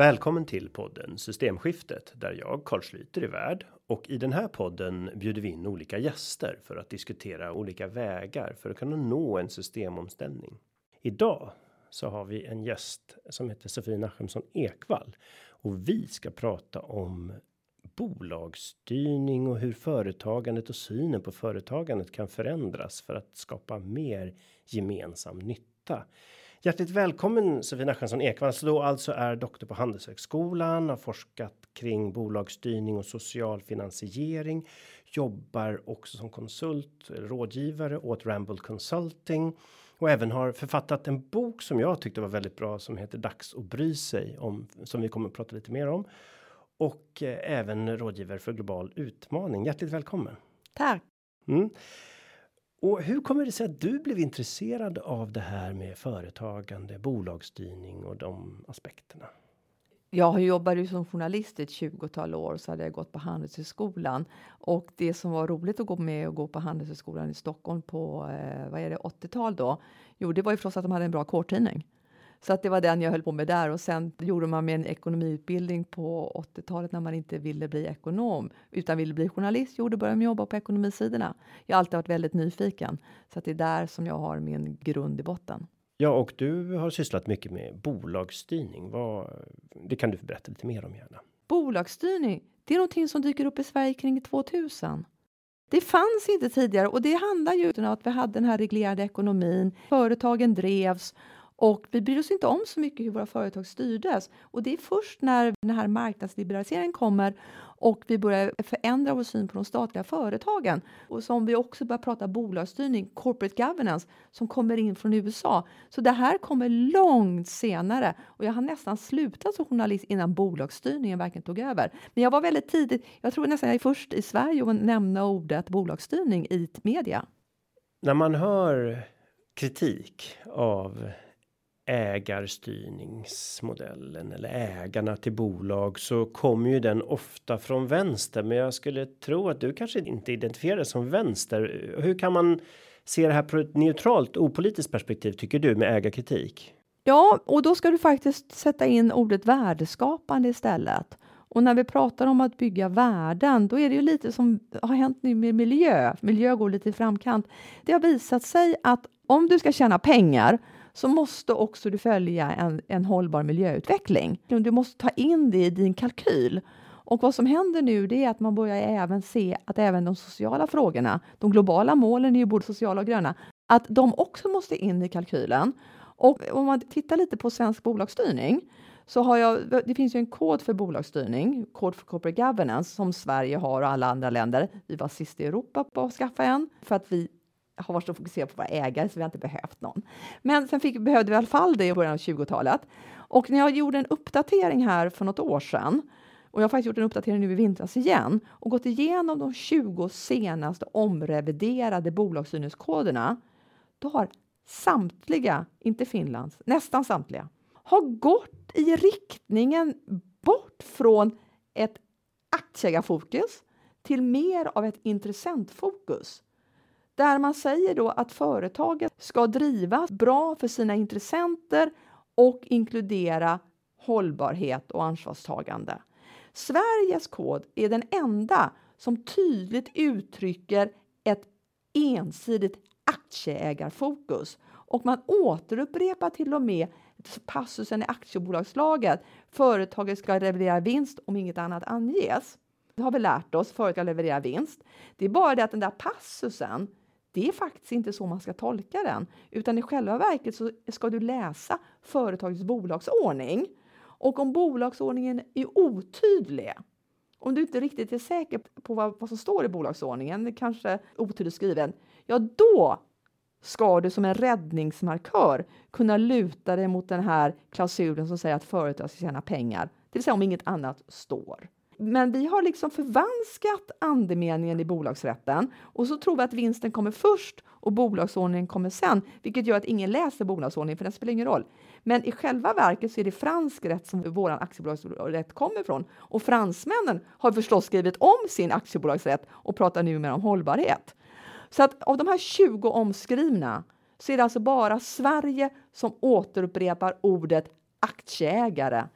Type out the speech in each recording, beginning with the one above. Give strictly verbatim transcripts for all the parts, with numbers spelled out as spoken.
Välkommen till podden Systemskiftet där jag, Carl Schlyter, är värd. Och i den här podden bjuder vi in olika gäster för att diskutera olika vägar för att kunna nå en systemomställning. Idag så har vi en gäst som heter Sofie Nachemsson Ekvall. Och vi ska prata om bolagsstyrning och hur företagandet och synen på företagandet kan förändras för att skapa mer gemensam nytta. Hjärtligt välkommen Sofie Nachemsson Ekvall, som då alltså är doktor på Handelshögskolan, har forskat kring bolagsstyrning och social finansiering, jobbar också som konsult, rådgivare åt Ramboll Consulting och även har författat en bok som jag tyckte var väldigt bra som heter Dags att bry sig om, som vi kommer att prata lite mer om. Och eh, även rådgivare för global utmaning. Hjärtligt välkommen. Tack. Mm. Och hur kommer det sig att du blev intresserad av det här med företagande, bolagsstyrning och de aspekterna? Jag har jobbat ju som journalist i ett tjugotal år, så hade jag gått på Handelshögskolan. Och det som var roligt att gå med och gå på Handelshögskolan i Stockholm på eh, vad är det, åttiotal då. Jo, det var ju förstås att de hade en bra kårtidning. Så att det var den jag höll på med där. Och sen gjorde man med en ekonomiutbildning på åttiotalet när man inte ville bli ekonom utan ville bli journalist. Jo, då började man jobba på ekonomisidorna. Jag har alltid varit väldigt nyfiken. Så att det är där som jag har min grund i botten. Ja, och du har sysslat mycket med bolagsstyrning. Vad, det kan du berätta lite mer om gärna. Bolagsstyrning, det är någonting som dyker upp i Sverige kring tvåtusen. Det fanns inte tidigare och det handlar ju om att vi hade den här reglerade ekonomin. Företagen drevs. Och vi bryr oss inte om så mycket hur våra företag styrdes. Och det är först när den här marknadsliberaliseringen kommer och vi börjar förändra vår syn på de statliga företagen. Och som vi också börjar prata bolagsstyrning, corporate governance, som kommer in från U S A. Så det här kommer långt senare. Och jag har nästan slutat som journalist innan bolagsstyrningen verkligen tog över. Men jag var väldigt tidigt, jag tror nästan jag är först i Sverige att nämna ordet bolagsstyrning i media. När man hör kritik av ägarstyrningsmodellen eller ägarna till bolag så kommer ju den ofta från vänster, men jag skulle tro att du kanske inte identifierar det som vänster. Hur kan man se det här på ett neutralt, opolitiskt perspektiv tycker du med ägarkritik? Ja, och då ska du faktiskt sätta in ordet värdeskapande istället. Och när vi pratar om att bygga värden, då är det ju lite som har hänt nu med miljö. Miljö går lite i framkant. Det har visat sig att om du ska tjäna pengar så måste också du följa en, en hållbar miljöutveckling. Du måste ta in det i din kalkyl. Och vad som händer nu det är att man börjar även se att även de sociala frågorna, de globala målen är ju både sociala och gröna, att de också måste in i kalkylen. Och om man tittar lite på svensk bolagsstyrning så har jag, det finns ju en kod för bolagsstyrning, kod för corporate governance som Sverige har och alla andra länder. Vi var sist i Europa på att skaffa en för att vi har varit så fokuserade på våra ägare så vi har inte behövt någon. Men sen fick, behövde vi i alla fall det i början av tjugotalet. Och när jag gjorde en uppdatering här för något år sedan, och jag har faktiskt gjort en uppdatering nu i vintras igen, och gått igenom de tjugo senaste omreviderade bolagsstyrningskoderna, då har samtliga, inte Finlands, nästan samtliga, har gått i riktningen bort från ett aktieägarfokus till mer av ett intressentfokus. Där man säger då att företaget ska drivas bra för sina intressenter och inkludera hållbarhet och ansvarstagande. Sveriges kod är den enda som tydligt uttrycker ett ensidigt aktieägarfokus. Och man återupprepar till och med passusen i aktiebolagslaget. Företaget ska leverera vinst om inget annat anges. Det har vi lärt oss, företag ska leverera vinst. Det är bara det att den där passusen, det är faktiskt inte så man ska tolka den. Utan i själva verket så ska du läsa företagets bolagsordning. Och om bolagsordningen är otydlig, om du inte riktigt är säker på vad, vad som står i bolagsordningen, kanske otydligt skriven, ja då ska du som en räddningsmarkör kunna luta dig mot den här klausulen som säger att företag ska tjäna pengar. Det vill säga om inget annat står. Men vi har liksom förvanskat andemeningen i bolagsrätten och så tror vi att vinsten kommer först och bolagsordningen kommer sen, vilket gör att ingen läser bolagsordningen för den spelar ingen roll. Men i själva verket så är det fransk rätt som vår aktiebolagsrätt kommer ifrån. Och fransmännen har förstås skrivit om sin aktiebolagsrätt och pratar nu mer om hållbarhet. Så att av de här tjugo omskrivna så är det alltså bara Sverige som återupprepar ordet aktieägare.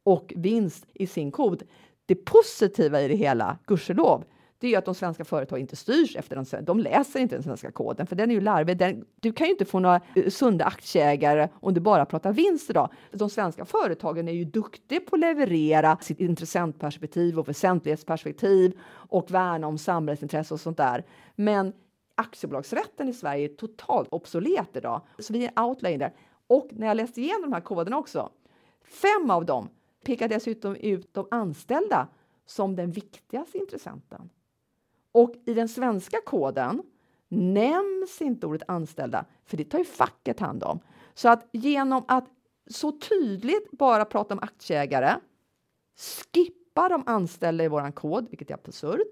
och vinst i sin kod. Det positiva i det hela, gudskelov, det är ju att de svenska företagen inte styrs efter den svenska. De läser inte den svenska koden, för den är ju larvig. Den, du kan ju inte få några sunda aktieägare om du bara pratar vinst idag. De svenska företagen är ju duktiga på att leverera sitt intressentperspektiv och väsentlighetsperspektiv och värna om samhällsintresse och sånt där. Men aktiebolagsrätten i Sverige är totalt obsolet idag. Så vi är outlayer där. Och när jag läste igenom de här koderna också, fem av dem pekar dessutom ut de anställda som den viktigaste intressenten. Och i den svenska koden nämns inte ordet anställda, för det tar ju facket hand om. Så att genom att så tydligt bara prata om aktieägare, skippa de anställda i våran kod, vilket är absurt,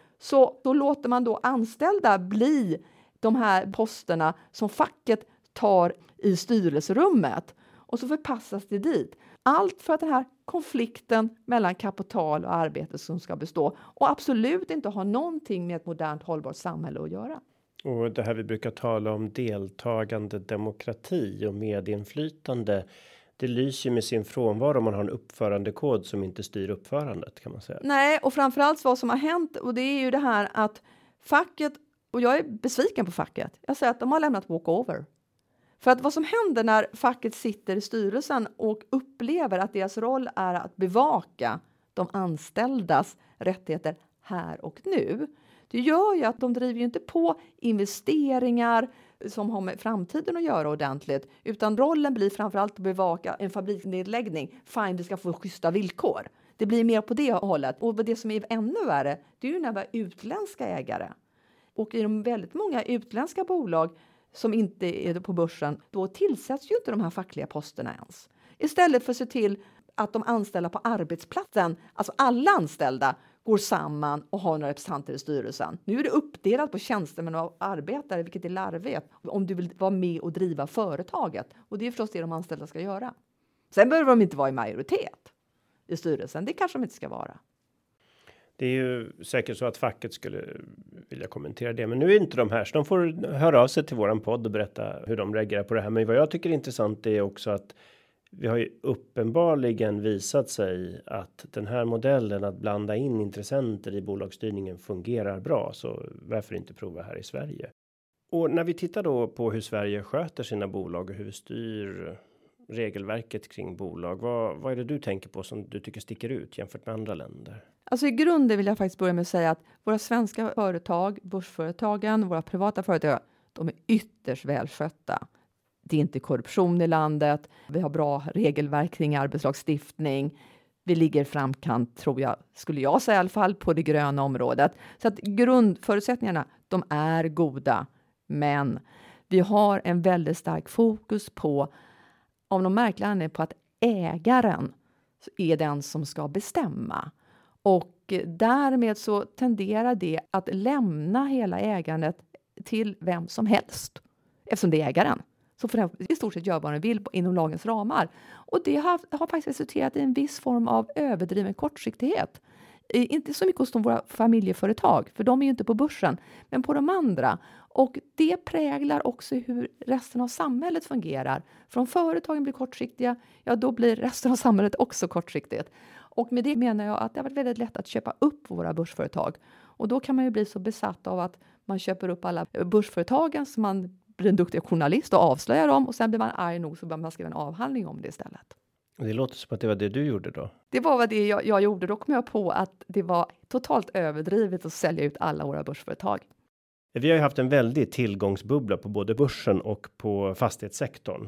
så då låter man då anställda bli de här posterna som facket tar i styrelserummet. Och så förpassas det dit. Allt för att den här konflikten mellan kapital och arbete som ska bestå. Och absolut inte ha någonting med ett modernt hållbart samhälle att göra. Och det här vi brukar tala om deltagande demokrati och medinflytande. Det lyser med sin frånvaro om man har en uppförandekod som inte styr uppförandet, kan man säga. Nej, och framförallt vad som har hänt. Och det är ju det här att facket, och jag är besviken på facket. Jag säger att de har lämnat walkover. För att vad som händer när facket sitter i styrelsen och upplever att deras roll är att bevaka de anställdas rättigheter här och nu. Det gör ju att de driver ju inte på investeringar som har med framtiden att göra ordentligt. Utan rollen blir framförallt att bevaka en fabriksnedläggning. Fine, vi ska få schyssta villkor. Det blir mer på det hållet. Och det som är ännu värre, det är ju när vi har utländska ägare. Och i de väldigt många utländska bolag som inte är på börsen, då tillsätts ju inte de här fackliga posterna ens. Istället för att se till att de anställda på arbetsplatsen, alltså alla anställda, går samman och har några representanter i styrelsen. Nu är det uppdelat på tjänstemän och arbetare, vilket är larvigt, om du vill vara med och driva företaget. Och det är förstås det de anställda ska göra. Sen behöver de inte vara i majoritet i styrelsen. Det kanske de inte ska vara. Det är ju säkert så att facket skulle vilja kommentera det. Men nu är inte de här, så de får höra av sig till våran podd och berätta hur de reagerar på det här. Men vad jag tycker är intressant är också att vi har ju uppenbarligen visat sig att den här modellen att blanda in intressenter i bolagsstyrningen fungerar bra. Så varför inte prova här i Sverige? Och när vi tittar då på hur Sverige sköter sina bolag och hur vi styr regelverket kring bolag. Vad, vad är det du tänker på som du tycker sticker ut jämfört med andra länder? Alltså i grunden vill jag faktiskt börja med att säga att våra svenska företag, börsföretagen, våra privata företag, de är ytterst välskötta. Det är inte korruption i landet. Vi har bra regelverk kring arbetslagstiftning. Vi ligger framkant, tror jag, skulle jag säga i alla fall, på det gröna området. Så att grundförutsättningarna, de är goda. Men vi har en väldigt stark fokus på, om de märkliga är på att ägaren är den som ska bestämma. Och därmed så tenderar det att lämna hela ägandet till vem som helst. Eftersom det är ägaren. Så får den i stort sett göra vad den vill inom lagens ramar. Och det har, har faktiskt resulterat i en viss form av överdriven kortsiktighet. Inte så mycket hos de våra familjeföretag, för de är ju inte på börsen, men på de andra. Och det präglar också hur resten av samhället fungerar. För om företagen blir kortsiktiga, ja då blir resten av samhället också kortsiktigt. Och med det menar jag att det har varit väldigt lätt att köpa upp våra börsföretag. Och då kan man ju bli så besatt av att man köper upp alla börsföretagen som man blir en duktig journalist och avslöjar dem. Och sen blir man arg nog så börjar man skriva en avhandling om det istället. Det låter som att det var det du gjorde då. Det var vad det jag, jag gjorde. Då kom jag på att det var totalt överdrivet att sälja ut alla våra börsföretag. Vi har ju haft en väldig tillgångsbubbla på både börsen och på fastighetssektorn.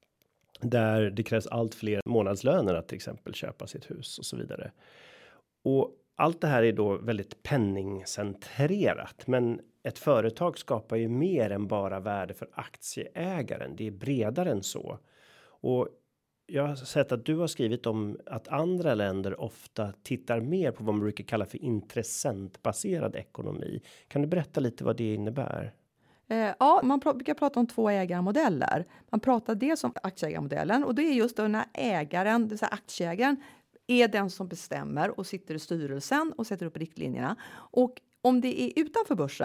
Där det krävs allt fler månadslöner att till exempel köpa sitt hus och så vidare. Och allt det här är då väldigt penningcentrerat. Men ett företag skapar ju mer än bara värde för aktieägaren. Det är bredare än så. Och jag har sett att du har skrivit om att andra länder ofta tittar mer på vad man brukar kalla för intressentbaserad ekonomi. Kan du berätta lite vad det innebär? Eh, ja, man pr- brukar prata om två ägarmodeller. Man pratar dels om aktieägarmodellen och det är just då när ägaren, det vill säga aktieägaren, är den som bestämmer och sitter i styrelsen och sätter upp riktlinjerna. Och om det är utanför börsen,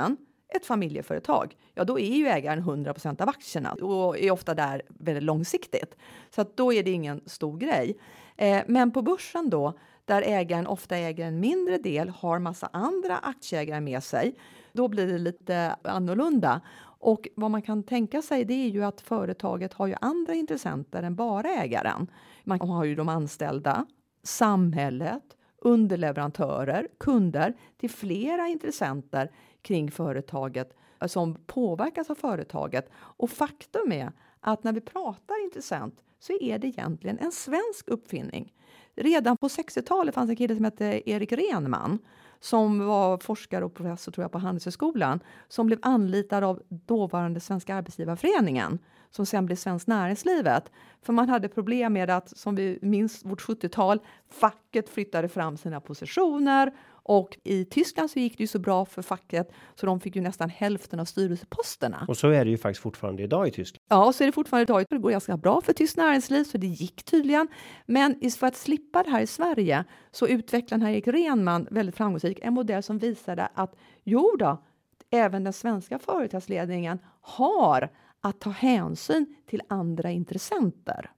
ett familjeföretag, ja då är ju ägaren hundra procent av aktierna och är ofta där väldigt långsiktigt. Så att då är det ingen stor grej. Eh, men på börsen då, där ägaren ofta äger en mindre del, har massa andra aktieägare med sig, då blir det lite annorlunda. Och vad man kan tänka sig, det är ju att företaget har ju andra intressenter än bara ägaren. Man har ju de anställda, samhället, underleverantörer, kunder till flera intressenter kring företaget som påverkas av företaget. Och faktum är att när vi pratar intressent så är det egentligen en svensk uppfinning. Redan på sextiotalet fanns en kille som hette Erik Renman som var forskare och professor tror jag på Handelshögskolan, som blev anlitad av dåvarande Svenska arbetsgivarföreningen som sen blev Svenskt Näringslivet. För man hade problem med att, som vi minns vårt sjuttiotal, facket flyttade fram sina positioner och i Tyskland så gick det ju så bra för facket så de fick ju nästan hälften av styrelseposterna. Och så är det ju faktiskt fortfarande idag i Tyskland. Ja, och så är det fortfarande idag. Det går ganska bra för tyskt näringsliv så det gick tydligen. Men för att slippa det här i Sverige så utvecklade den här Erik Renman väldigt framgångsrik en modell som visade att jo då, även den svenska företagsledningen har att ta hänsyn till andra intressenter.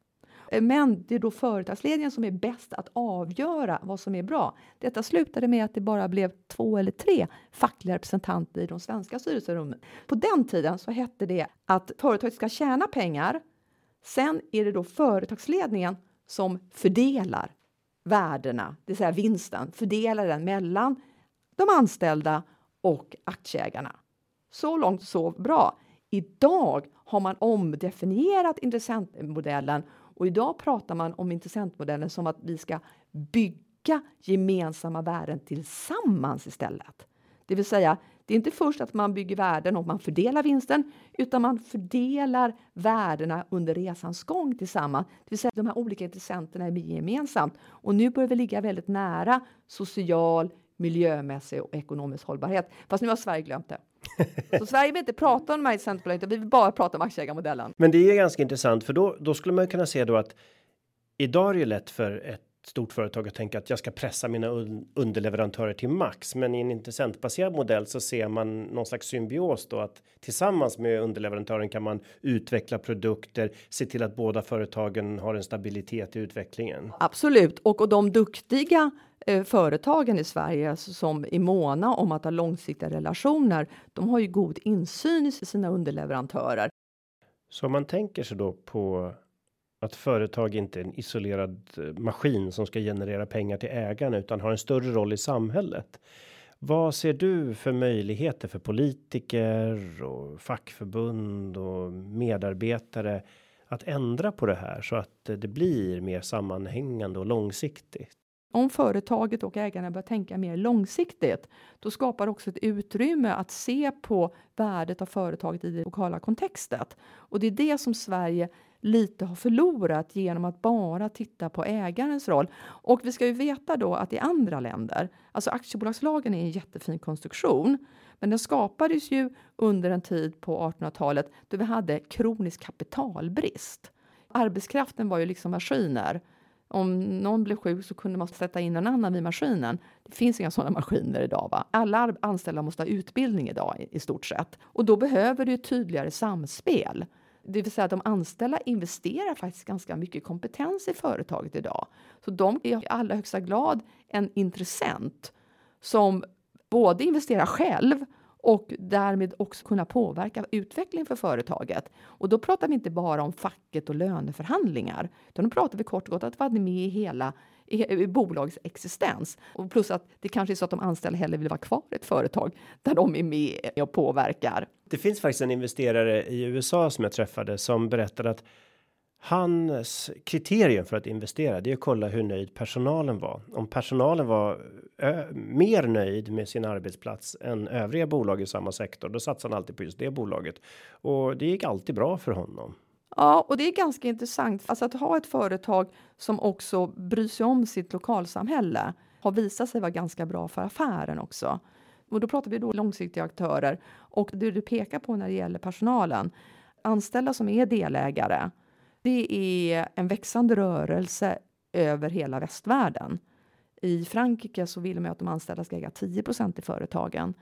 Men det är då företagsledningen som är bäst att avgöra vad som är bra. Detta slutade med att det bara blev två eller tre fackliga representanter i de svenska styrelserummen. På den tiden så hette det att företaget ska tjäna pengar. Sen är det då företagsledningen som fördelar värdena, det vill säga vinsten, fördelar den mellan de anställda och aktieägarna. Så långt så bra. Idag har man omdefinierat intressentmodellen och idag pratar man om intressentmodellen som att vi ska bygga gemensamma värden tillsammans istället. Det vill säga, det är inte först att man bygger värden och man fördelar vinsten, utan man fördelar värdena under resans gång tillsammans. Det vill säga, de här olika intressenterna är gemensamt. Och nu börjar vi ligga väldigt nära social, miljömässig och ekonomisk hållbarhet. Fast nu har Sverige glömt det. Så Sverige vill inte prata om de här intressentbolagen, vi vill bara prata om aktieägarmodellen. Men det är ganska intressant för då, då skulle man kunna se då att idag är det lätt för ett stort företag att tänka att jag ska pressa mina underleverantörer till max. Men i en intressentbaserad modell så ser man någon slags symbios då att tillsammans med underleverantören kan man utveckla produkter, se till att båda företagen har en stabilitet i utvecklingen. Absolut, och, och de duktiga eh, företagen i Sverige som är måna om att ha långsiktiga relationer, de har ju god insyn i sina underleverantörer. Så om man tänker sig då på att företag inte är en isolerad maskin som ska generera pengar till ägarna utan har en större roll i samhället. Vad ser du för möjligheter för politiker och fackförbund och medarbetare att ändra på det här så att det blir mer sammanhängande och långsiktigt? Om företaget och ägarna börjar tänka mer långsiktigt, då skapar också ett utrymme att se på värdet av företaget i det lokala kontextet. Och det är det som Sverige lite har förlorat genom att bara titta på ägarens roll. Och vi ska ju veta då att i andra länder, alltså aktiebolagslagen är en jättefin konstruktion, men den skapades ju under en tid på artonhundratalet då vi hade kronisk kapitalbrist. Arbetskraften var ju liksom maskiner. Om någon blev sjuk så kunde man sätta in en annan vid maskinen. Det finns inga sådana maskiner idag, va? Alla anställda måste ha utbildning idag i, i stort sett. Och då behöver det ju tydligare samspel. Det vill säga att de anställda investerar faktiskt ganska mycket kompetens i företaget idag. Så de är i allra högsta grad en intressent som både investerar själv och därmed också kunna påverka utvecklingen för företaget. Och då pratar vi inte bara om facket och löneförhandlingar, utan då pratar vi kort och gott att vara med i hela i, i bolagets existens. Och plus att det kanske är så att de anställda hellre vill vara kvar i ett företag där de är med och påverkar. Det finns faktiskt en investerare i U S A som jag träffade som berättade att hans kriterium för att investera det är att kolla hur nöjd personalen var. Om personalen var ö, mer nöjd med sin arbetsplats än övriga bolag i samma sektor, då satsade han alltid på just det bolaget. Och det gick alltid bra för honom. Ja, och det är ganska intressant. Alltså att ha ett företag som också bryr sig om sitt lokalsamhälle har visat sig vara ganska bra för affären också. Och då pratar vi då långsiktiga aktörer. Och det du pekar på när det gäller personalen, anställda som är delägare, det är en växande rörelse över hela västvärlden. I Frankrike så vill man att de anställda ska äga tio procent i företagen.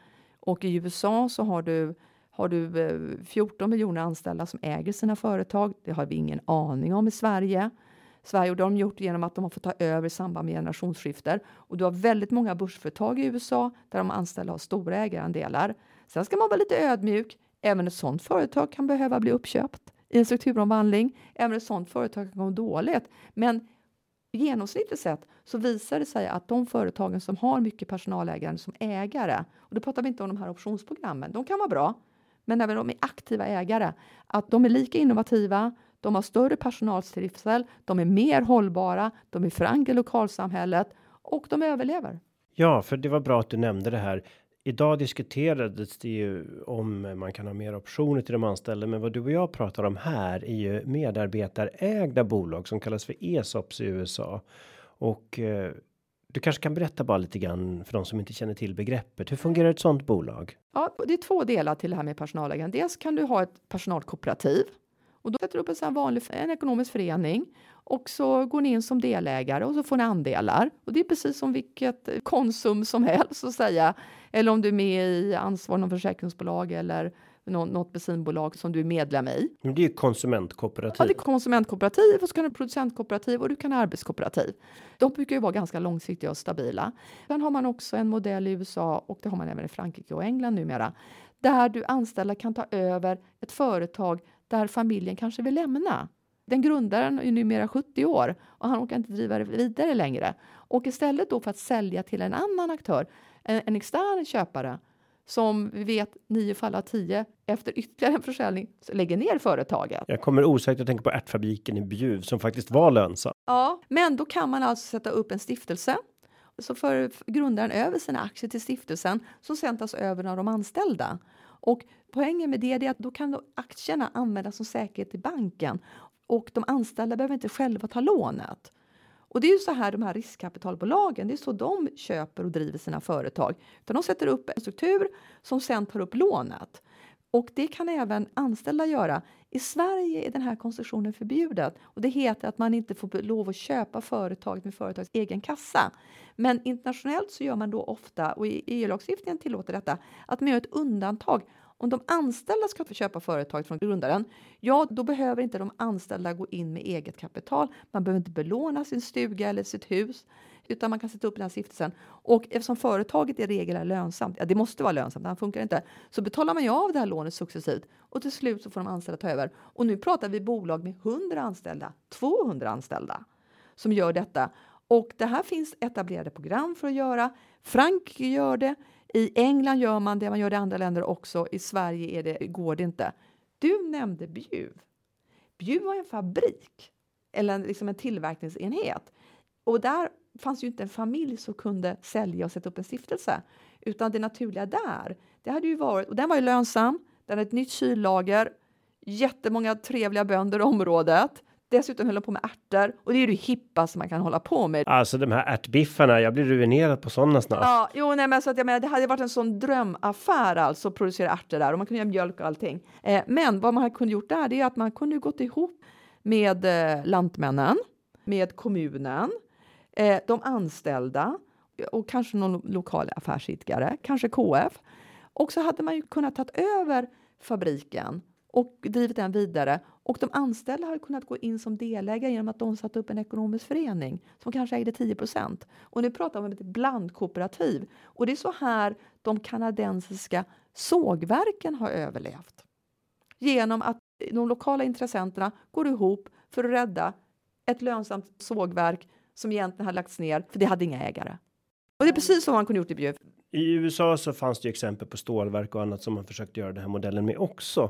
Och i U S A så har du, har du fjorton miljoner anställda som äger sina företag. Det har vi ingen aning om i Sverige. Sverige, och det har de gjort genom att de har fått ta över i samband med generationsskifter. Och du har väldigt många börsföretag i U S A där de anställda har stora ägarandelar. Sen ska man vara lite ödmjuk. Även ett sådant företag kan behöva bli uppköpt i en strukturomvandling. Även ett sådant företag kan gå dåligt. Men genomsnittligt sett så visar det sig att de företagen som har mycket personalägare som ägare, och då pratar vi inte om de här optionsprogrammen, de kan vara bra, men även de är aktiva ägare, att de är lika innovativa, de har större personalstrivsel, de är mer hållbara, de är förankrade i lokalsamhället och de överlever. Ja, för det var bra att du nämnde det här. Idag diskuterades det ju om man kan ha mer optioner till de anställda, men vad du och jag pratar om här är ju medarbetarägda bolag som kallas för E S O Ps i U S A. Och eh, du kanske kan berätta bara lite grann för de som inte känner till begreppet. Hur fungerar ett sådant bolag? Ja, det är två delar till det här med personalägande. Dels kan du ha ett personalkooperativ. Och då sätter du upp en sån här vanlig en ekonomisk förening och så går ni in som delägare och så får ni andelar. Och det är precis som vilket konsum som helst så att säga. Eller om du är med i ansvar någon försäkringsbolag eller något, något bensinbolag som du är medlem i. Men det är ju konsumentkooperativ. Ja, det är konsumentkooperativ och så kan du producentkooperativ och du kan ha arbetskooperativ. De brukar ju vara ganska långsiktiga och stabila. Sen har man också en modell i U S A och det har man även i Frankrike och England numera. Där du anställda kan ta över ett företag där familjen kanske vill lämna. Den grundaren är numera sjuttio år och han orkar inte driva det vidare längre. Och istället då för att sälja till en annan aktör, en, en extern köpare som vi vet nio fall av tio efter ytterligare en försäljning lägger ner företaget. Jag kommer osökt att tänka på ärtfabriken i Bjuv som faktiskt var lönsam. Ja, men då kan man alltså sätta upp en stiftelse. Så för grundaren över sina aktier till stiftelsen som sen tas över av de anställda. Och poängen med det är att då kan då aktierna användas som säkerhet i banken. Och de anställda behöver inte själva ta lånet. Och det är ju så här de här riskkapitalbolagen, det är så de köper och driver sina företag. Utan de sätter upp en struktur som sen tar upp lånet. Och det kan även anställda göra. I Sverige är den här konstruktionen förbjudet. Och det heter att man inte får lov att köpa företaget med företagets egen kassa. Men internationellt så gör man då ofta, och i E U-lagstiftningen tillåter detta, att man gör ett undantag. Om de anställda ska få köpa företaget från grundaren, ja då behöver inte de anställda gå in med eget kapital. Man behöver inte belåna sin stuga eller sitt hus, utan man kan sätta upp den här stiftelsen. Och eftersom företaget i regel är lönsamt, ja det måste vara lönsamt, det funkar inte, så betalar man ju av det här lånet successivt. Och till slut så får de anställda ta över. Och nu pratar vi bolag med hundra anställda, tvåhundra anställda som gör detta. Och det här finns etablerade program för att göra. Frankrike gör det. I England gör man det, man gör det i andra länder också. I Sverige är det, går det inte. Du nämnde Bjuv. Bjuv var en fabrik. Eller en, liksom en tillverkningsenhet. Och där fanns ju inte en familj som kunde sälja och sätta upp en stiftelse. Utan det naturliga där, det hade ju varit, och den var ju lönsam. Den hade ett nytt kyllager. Jättemånga trevliga bönder i området. Dessutom höll de på med ärtor. Och det är ju det hippa som man kan hålla på med. Alltså de här ärtbiffarna, jag blir ruinerad på sådana snart. Ja, jo, nej, men så att jag menar, det hade varit en sån drömaffär alltså att producera ärtor där. Och man kunde göra mjölk och allting. Eh, men vad man kunde gjort där, det är att man kunde gått ihop med eh, lantmännen, med kommunen, eh, de anställda och kanske någon lokal affärsidkare, kanske K F. Och så hade man ju kunnat ta över fabriken och drivit den vidare. Och de anställda har kunnat gå in som delägare genom att de satt upp en ekonomisk förening som kanske ägde tio procent. Och nu pratar vi om ett blandkooperativ. Och det är så här de kanadensiska sågverken har överlevt. Genom att de lokala intressenterna går ihop för att rädda ett lönsamt sågverk som egentligen har lagts ner för det hade inga ägare. Och det är precis så man kunde gjort i Bjuv. I U S A så fanns det ju exempel på stålverk och annat som man försökte göra den här modellen med också.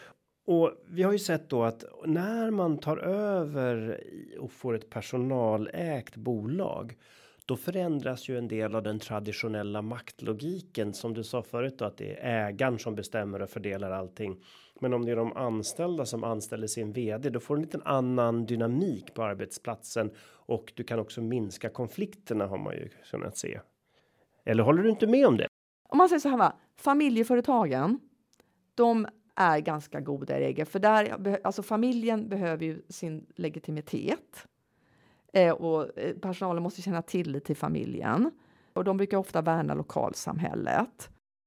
Och vi har ju sett då att när man tar över och får ett personalägt bolag, då förändras ju en del av den traditionella maktlogiken som du sa förut då, att det är ägaren som bestämmer och fördelar allting. Men om det är de anställda som anställer sin vd, då får du en liten annan dynamik på arbetsplatsen och du kan också minska konflikterna har man ju kunnat se. Eller håller du inte med om det? Om man säger så här, va? Familjeföretagen, de är ganska goda i regel. För där, alltså familjen behöver ju sin legitimitet. Eh, och personalen måste känna tillit till familjen. Och de brukar ofta värna lokalsamhället.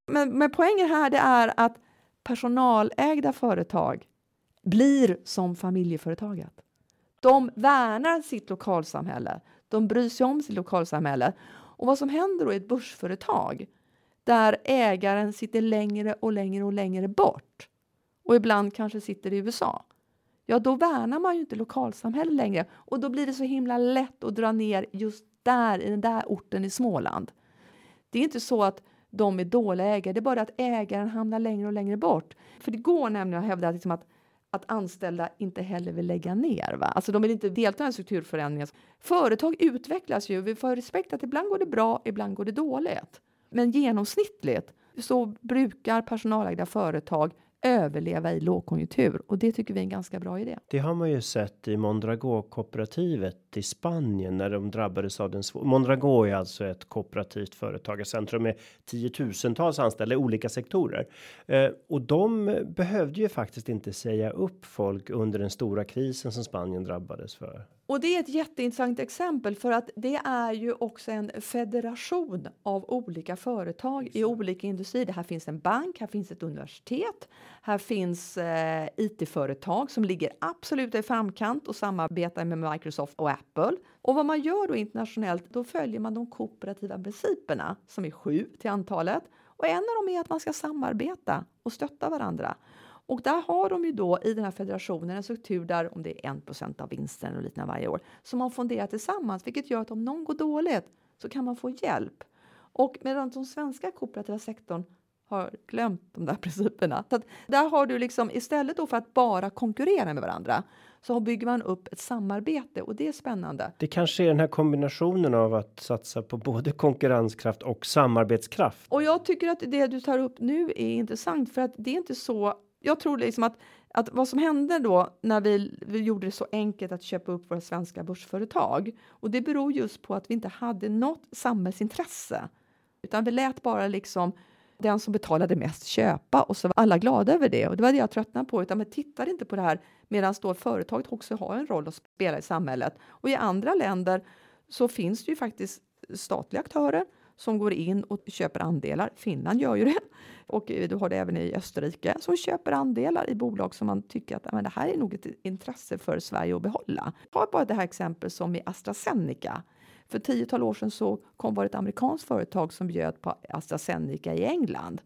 Men, men poängen här det är att personalägda företag blir som familjeföretaget. De värnar sitt lokalsamhälle. De bryr sig om sitt lokalsamhälle. Och vad som händer då i ett börsföretag där ägaren sitter längre och längre och längre bort och ibland kanske sitter i U S A. Ja, då värnar man ju inte lokalsamhället längre och då blir det så himla lätt att dra ner just där i den där orten i Småland. Det är inte så att de är dåliga ägare, det är bara att ägaren hamnar längre och längre bort. För det går nämligen att hävda liksom att, att anställda inte heller vill lägga ner. Va? Alltså de vill inte delta i en strukturförändring. Företag utvecklas ju, vi får respekt att ibland går det bra, ibland går det dåligt. Men genomsnittligt så brukar personalägda företag överleva i lågkonjunktur och det tycker vi är en ganska bra idé. Det har man ju sett i Mondragón-kooperativet i Spanien när de drabbades av den svåra. Mondragón är alltså ett kooperativt företagarcentrum med tiotusentals anställda i olika sektorer. Eh, och de behövde ju faktiskt inte säga upp folk under den stora krisen som Spanien drabbades för. Och det är ett jätteintressant exempel för att det är ju också en federation av olika företag i olika industrier. Här finns en bank, här finns ett universitet, här finns eh, I T-företag som ligger absolut i framkant och samarbetar med Microsoft och Apple. Och vad man gör då internationellt, då följer man de kooperativa principerna som är sju till antalet. Och en av dem är att man ska samarbeta och stötta varandra. Och där har de ju då i den här federationen en struktur där om det är en procent av vinsten och liknande varje år. Som man fonderar tillsammans, vilket gör att om någon går dåligt så kan man få hjälp. Och medan de svenska kooperativa sektorn har glömt de där principerna. Så att där har du liksom istället då för att bara konkurrera med varandra så bygger man upp ett samarbete och det är spännande. Det kanske är den här kombinationen av att satsa på både konkurrenskraft och samarbetskraft. Och jag tycker att det du tar upp nu är intressant för att det är inte så. Jag tror liksom att, att vad som hände då när vi, vi gjorde det så enkelt att köpa upp våra svenska börsföretag. Och det beror just på att vi inte hade något samhällsintresse. Utan vi lät bara liksom den som betalade mest köpa och så var alla glada över det. Och det var det jag tröttnade på. Utan vi tittade inte på det här medan då företaget också har en roll att spela i samhället. Och i andra länder så finns det ju faktiskt statliga aktörer som går in och köper andelar. Finland gör ju det. Och du har det även i Österrike som köper andelar i bolag som man tycker att men det här är nog ett intresse för Sverige att behålla. Jag har bara det här exempel som i AstraZeneca. För tiotal år sedan så kom var det ett amerikanskt företag som bjöd på AstraZeneca i England.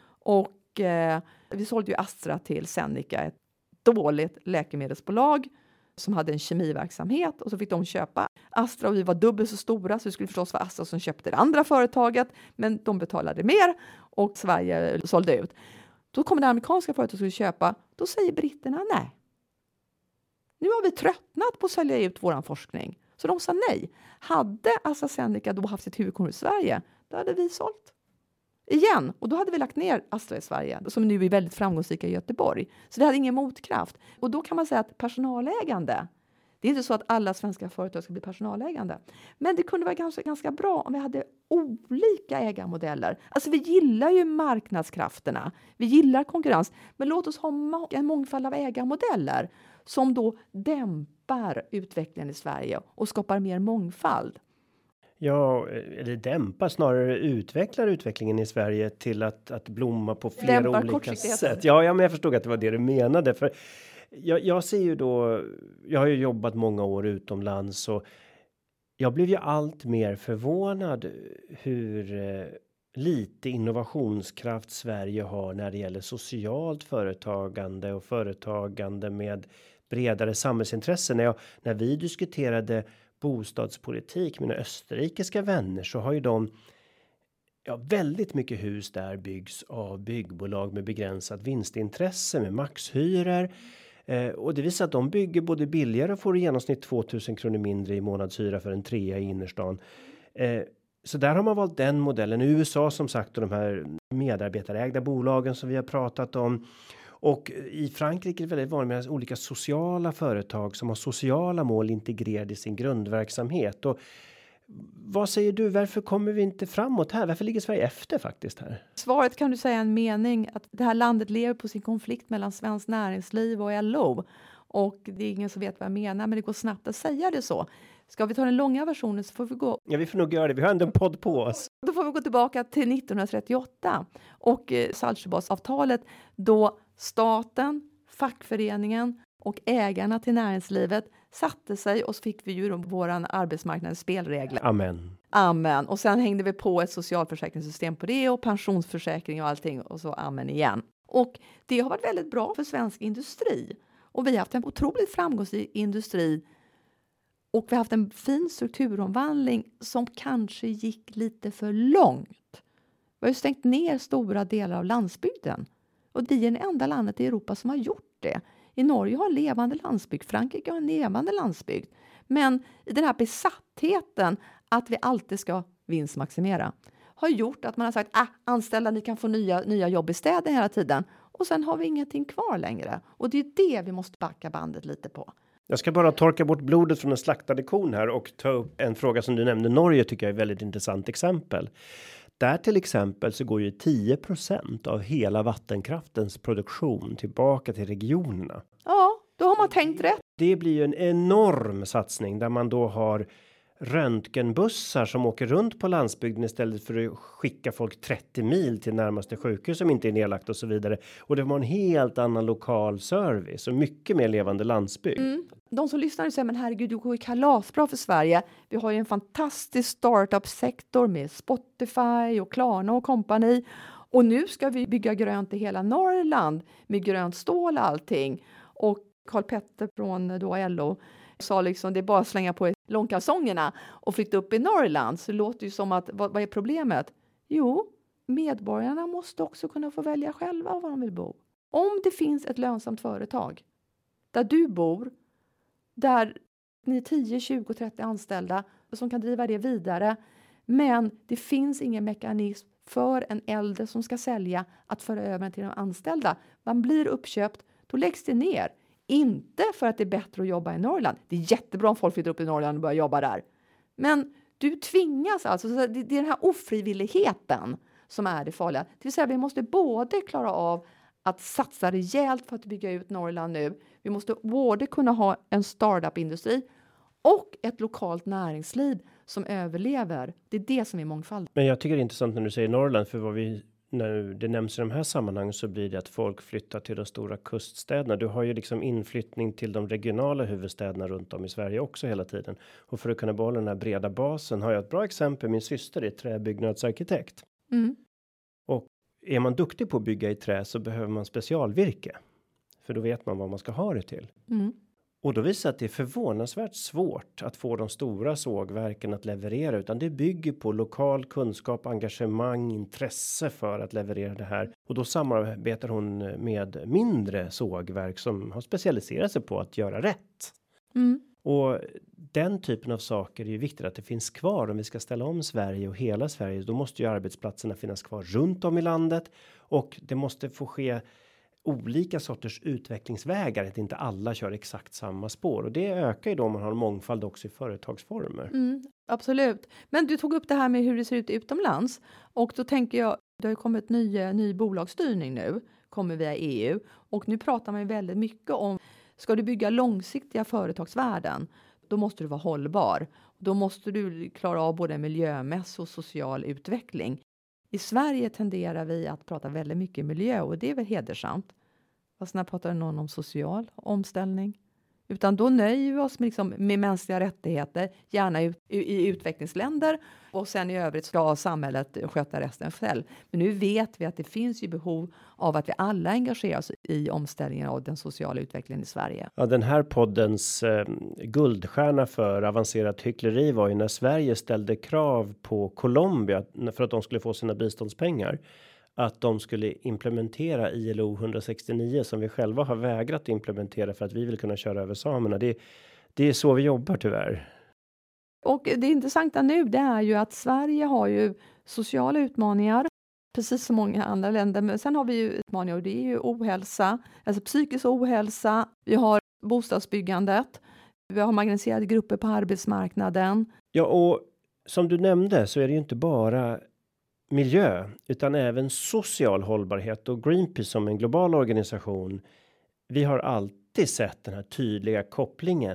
Och eh, vi sålde ju Astra till Zeneca, ett dåligt läkemedelsbolag som hade en kemiverksamhet och så fick de köpa Astra och vi var dubbelt så stora så det skulle förstås vara Astra som köpte det andra företaget men de betalade mer och Sverige sålde ut. Då kommer det amerikanska företaget som skulle köpa, då säger britterna nej. Nu har vi tröttnat på att sälja ut våran forskning. Så de sa nej. Hade AstraZeneca då haft sitt huvudkontor i Sverige, då hade vi sålt. Igen. Och då hade vi lagt ner Astra i Sverige, som nu är väldigt framgångsrika i Göteborg. Så det hade ingen motkraft. Och då kan man säga att personalägande, det är inte så att alla svenska företag ska bli personalägande. Men det kunde vara ganska, ganska bra om vi hade olika ägarmodeller. Alltså vi gillar ju marknadskrafterna. Vi gillar konkurrens. Men låt oss ha en mångfald av ägarmodeller som då dämpar utvecklingen i Sverige och skapar mer mångfald. Ja, eller dämpar snarare utvecklar utvecklingen i Sverige till att, att blomma på flera dämpar olika sätt. Ja, ja, men jag förstod att det var det du menade. För jag, jag ser ju då, jag har ju jobbat många år utomlands och jag blev ju allt mer förvånad hur eh, lite innovationskraft Sverige har när det gäller socialt företagande och företagande med bredare samhällsintressen. När, jag, när vi diskuterade bostadspolitik med mina österrikiska vänner så har ju de ja, väldigt mycket hus där byggs av byggbolag med begränsat vinstintresse med maxhyror. Eh, och det visar att de bygger både billigare och får i genomsnitt tvåtusen kronor mindre i månadshyra för en trea i innerstan. Eh, så där har man valt den modellen. I U S A som sagt och de här medarbetarägda bolagen som vi har pratat om. Och i Frankrike är det väldigt vanligt med olika sociala företag som har sociala mål integrerade i sin grundverksamhet. Och vad säger du, varför kommer vi inte framåt här? Varför ligger Sverige efter faktiskt här? Svaret kan du säga en mening att det här landet lever på sin konflikt mellan Svenskt Näringsliv och L O. Och det är ingen som vet vad jag menar men det går snabbt att säga det så. Ska vi ta den långa versionen så får vi gå. Ja, vi får nog göra det. Vi har ändå en podd på oss. Då får vi gå tillbaka till nittonhundratrettioåtta och eh, Saltsjöbadsavtalet, då staten, fackföreningen och ägarna till näringslivet satte sig, och så fick vi ju våran arbetsmarknadens spelregler. Amen. Amen. Och sen hängde vi på ett socialförsäkringssystem på det och pensionsförsäkring och allting, och så amen igen. Och det har varit väldigt bra för svensk industri. Och vi har haft en otroligt framgångsrik industri. Och vi har haft en fin strukturomvandling som kanske gick lite för långt. Vi har ju stängt ner stora delar av landsbygden. Och vi är det enda landet i Europa som har gjort det. I Norge har en levande landsbygd. Frankrike har en levande landsbygd. Men i den här besattheten att vi alltid ska vinstmaximera har gjort att man har sagt att ah, anställda, ni kan få nya, nya jobb i städer hela tiden. Och sen har vi ingenting kvar längre. Och det är det vi måste backa bandet lite på. Jag ska bara torka bort blodet från en slaktade kon här och ta upp en fråga som du nämnde. Norge tycker jag är ett väldigt intressant exempel. Där till exempel så går ju tio procent av hela vattenkraftens produktion tillbaka till regionerna. Ja, då har man tänkt rätt. Det blir ju en enorm satsning där man då har röntgenbussar som åker runt på landsbygden istället för att skicka folk trettio mil till närmaste sjukhus som inte är nedlagt och så vidare. Och det var en helt annan lokal service och mycket mer levande landsbygd. Mm. De som lyssnar och säger, men herregud, det går ju kalasbra för Sverige. Vi har ju en fantastisk startup-sektor med Spotify och Klarna och company. Och nu ska vi bygga grönt i hela Norrland med grönt stål och allting. Och Karl Petter från då L O sa liksom, det är bara att slänga på långkalsongerna och flytta upp i Norrland. Så det låter ju som att, vad, vad är problemet? Jo, medborgarna måste också kunna få välja själva var de vill bo. Om det finns ett lönsamt företag där du bor, där ni är tio, tjugo, trettio anställda som kan driva det vidare, men det finns ingen mekanism för en äldre som ska sälja att föra över den till de anställda. Man blir uppköpt, då läggs det ner. Inte för att det är bättre att jobba i Norrland. Det är jättebra om folk flyttar upp i Norrland och börjar jobba där. Men du tvingas alltså, det är den här ofrivilligheten som är det farliga. Det vill säga vi måste både klara av att satsa rejält för att bygga ut Norrland nu. Vi måste både kunna ha en startup-industri och ett lokalt näringsliv som överlever. Det är det som är mångfald. Men jag tycker det är intressant när du säger Norrland, för vad vi, när det nämns i de här sammanhangen så blir det att folk flyttar till de stora kuststäderna. Du har ju liksom inflyttning till de regionala huvudstäderna runt om i Sverige också hela tiden. Och för att kunna behålla den här breda basen har jag ett bra exempel. Min syster är träbyggnadsarkitekt. Mm. Och är man duktig på att bygga i trä så behöver man specialvirke. För då vet man vad man ska ha det till. Mm. Och då visar att det är förvånansvärt svårt att få de stora sågverken att leverera. Utan det bygger på lokal kunskap, engagemang, intresse för att leverera det här. Och då samarbetar hon med mindre sågverk som har specialiserat sig på att göra rätt. Mm. Och den typen av saker är ju viktigt att det finns kvar om vi ska ställa om Sverige och hela Sverige. Då måste ju arbetsplatserna finnas kvar runt om i landet. Och det måste få ske olika sorters utvecklingsvägar, att inte alla kör exakt samma spår, och det ökar ju då om man har en mångfald också i företagsformer. Mm, absolut. Men du tog upp det här med hur det ser ut utomlands, och då tänker jag, det har ju kommit ny, ny bolagsstyrning nu, kommer via E U, och nu pratar man ju väldigt mycket om, ska du bygga långsiktiga företagsvärden, då måste du vara hållbar. Då måste du klara av både miljömässig och social utveckling. I Sverige tenderar vi att prata väldigt mycket miljö, och det är väl hedersamt. Fast när pratar någon om social omställning? Utan då nöjer vi oss med, liksom, med mänskliga rättigheter, gärna i, i, i utvecklingsländer, och sen i övrigt ska samhället sköta resten själv. Men nu vet vi att det finns ju behov av att vi alla engagerar oss i omställningen av den sociala utvecklingen i Sverige. Ja, den här poddens eh, guldstjärna för avancerat hyckleri var ju när Sverige ställde krav på Colombia för att de skulle få sina biståndspengar. Att de skulle implementera I L O hundrasextionio som vi själva har vägrat implementera för att vi vill kunna köra över samerna. Det, det är så vi jobbar tyvärr. Och det intressanta nu, det är ju att Sverige har ju sociala utmaningar, precis som många andra länder. Men sen har vi ju utmaningar, och det är ju ohälsa, alltså psykisk ohälsa. Vi har bostadsbyggandet. Vi har marginaliserade grupper på arbetsmarknaden. Ja, och som du nämnde så är det ju inte bara miljö utan även social hållbarhet, och Greenpeace som en global organisation, vi har alltid sett den här tydliga kopplingen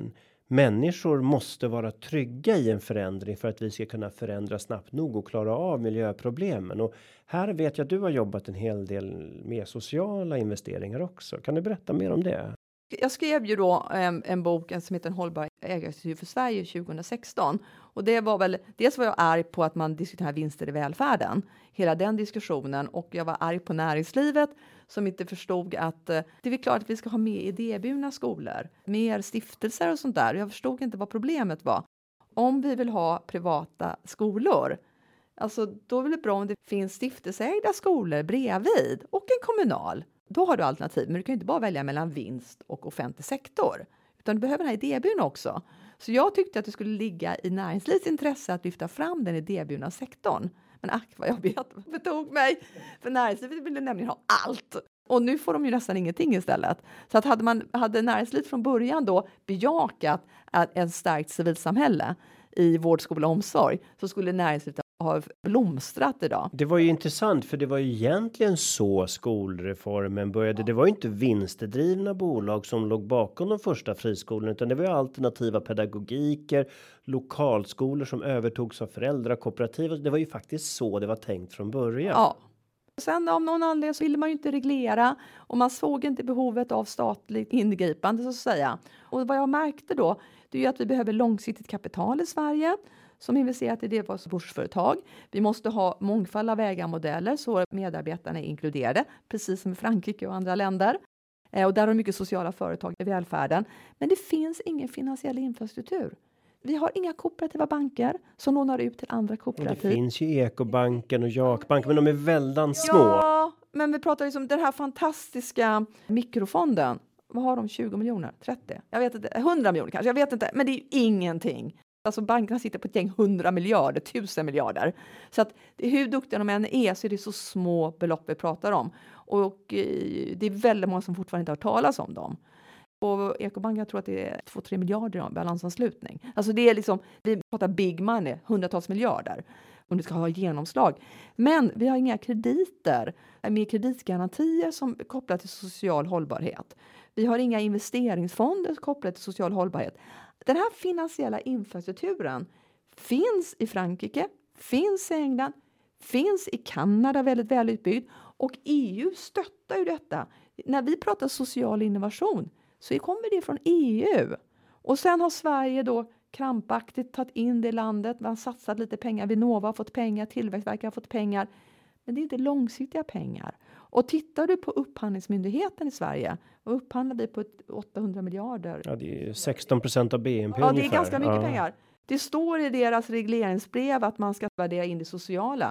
människor måste vara trygga i en förändring för att vi ska kunna förändra snabbt nog och klara av miljöproblemen. Och här vet jag att du har jobbat en hel del med sociala investeringar också. Kan du berätta mer om det? Jag skrev ju då en, en bok som heter En hållbar ägarstruktur för Sverige tjugo sexton. Och det var väl, dels var jag arg på att man diskuterar vinster i välfärden. Hela den diskussionen. Och jag var arg på näringslivet som inte förstod att det är klart att vi ska ha mer idéburna skolor. Mer stiftelser och sånt där. Jag förstod inte vad problemet var. Om vi vill ha privata skolor, alltså då är det bra om det finns stiftelseägda skolor bredvid och en kommunal. Då har du alternativ, men du kan inte bara välja mellan vinst och offentlig sektor. Utan du behöver den här idéburna också. Så jag tyckte att det skulle ligga i näringslivets intresse att lyfta fram den idéburna sektorn. Men ack vad jag vet, betog mig. För näringslivet ville nämligen ha allt. Och nu får de ju nästan ingenting istället. Så att hade, man, hade näringslivet från början då bejakat ett starkt civilsamhälle i vård, skola och omsorg, så skulle näringslivet har blomstrat idag. Det var ju intressant, för det var ju egentligen så skolreformen började. Ja. Det var ju inte vinstdrivna bolag som låg bakom de första friskolorna, utan det var ju alternativa pedagogiker, lokalskolor som övertogs av föräldrakooperativ. Det var ju faktiskt så det var tänkt från början. Ja. Sen av någon anledning så ville man ju inte reglera och man såg inte behovet av statligt ingripande så att säga. Och vad jag märkte då, det är ju att vi behöver långsiktigt kapital i Sverige som investerat i det var börsföretag. Vi måste ha mångfald av ägarmodeller så medarbetarna är inkluderade, precis som i Frankrike och andra länder. Eh, och där har mycket sociala företag i välfärden. Men det finns ingen finansiell infrastruktur. Vi har inga kooperativa banker som lånar ut till andra kooperativ. Det finns ju Ekobanken och Jakbanken, men de är väldigt små. Ja, men vi pratar liksom den här fantastiska mikrofonden. Vad har de? tjugo miljoner? trettio? Jag vet inte. hundra miljoner kanske. Jag vet inte. Men det är ju ingenting. Alltså bankerna sitter på ett gäng hundra miljarder, tusen miljarder. Så att hur duktiga de än är så är det så små belopp vi pratar om. Och eh, det är väldigt många som fortfarande inte har talas om dem. Och Ekobanken, jag tror att det är två tre miljarder i balansanslutning. Alltså det är liksom, vi pratar big money, hundratals miljarder. Om det ska ha genomslag. Men vi har inga krediter med kreditgarantier som är kopplade till social hållbarhet. Vi har inga investeringsfonder kopplade till social hållbarhet. Den här finansiella infrastrukturen finns i Frankrike, finns i England, finns i Kanada väldigt välutbyggd. Och E U stöttar ju detta. När vi pratar social innovation så kommer det från E U. Och sen har Sverige då krampaktigt tagit in det landet. Man har satsat lite pengar. Vinnova har fått pengar. Tillväxtverket har fått pengar. Men det är inte långsiktiga pengar. Och tittar du på upphandlingsmyndigheten i Sverige. Och upphandlar vi på åttahundra miljarder. Ja, det är sexton procent av B N P Ja, ungefär. det är ganska mycket ja. pengar. Det står i deras regleringsbrev att man ska värdera in det sociala.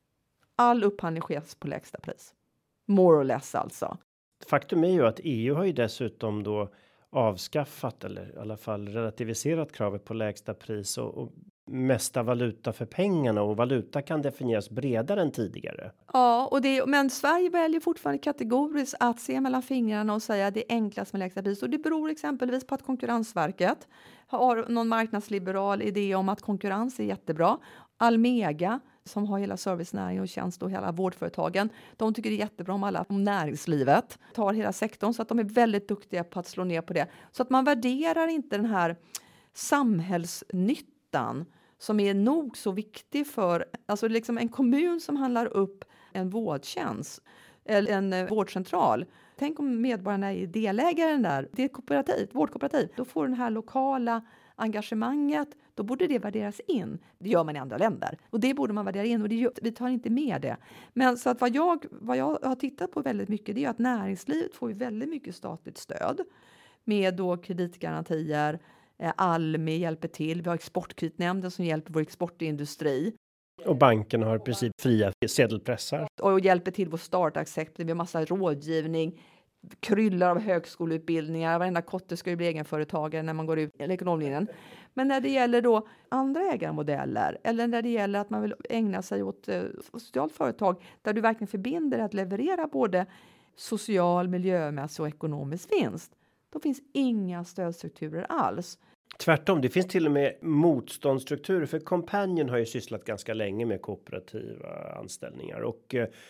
All upphandling sker på lägsta pris. More or less alltså. Faktum är ju att E U har ju dessutom då avskaffat eller i alla fall relativiserat kravet på lägsta pris och, och mesta valuta för pengarna, och valuta kan definieras bredare än tidigare. Ja, och det, men Sverige väljer fortfarande kategoriskt att se mellan fingrarna och säga att det är enklast med lägsta pris. Och det beror exempelvis på att Konkurrensverket har någon marknadsliberal idé om att konkurrens är jättebra. Almega, som har hela servicenäringen och tjänst och hela vårdföretagen, de tycker det är jättebra om alla om näringslivet tar hela sektorn, så att de är väldigt duktiga på att slå ner på det. Så att man värderar inte den här samhällsnyttan som är nog så viktig för, alltså liksom en kommun som handlar upp en vårdtjänst eller en vårdcentral. Tänk om medborgarna är delägare där, det är ett kooperativ, vårdkooperativ, då får den här lokala engagemanget, då borde det värderas in. Det gör man i andra länder. Och det borde man värdera in. Och det gör, vi tar inte med det. Men så att vad jag, vad jag har tittat på väldigt mycket, det är att näringslivet får ju väldigt mycket statligt stöd. Med då kreditgarantier. Eh, Almi hjälper till. Vi har Exportkreditnämnden som hjälper vår exportindustri. Och banken har i princip fria sedelpressar. Och hjälper till vår startup-sektor. Vi har massa rådgivning. Kryllar av högskoleutbildningar. Varenda kotte ska ju bli egenföretagare när man går ut i ekonomlinjen. Men när det gäller då andra ägarmodeller, eller när det gäller att man vill ägna sig åt eh, socialt företag där du verkligen förbinder att leverera både social, miljömässig och ekonomisk vinst, då finns inga stödstrukturer alls. Tvärtom, det finns till och med motståndsstrukturer, för Companion har ju sysslat ganska länge med kooperativa anställningar, och eh,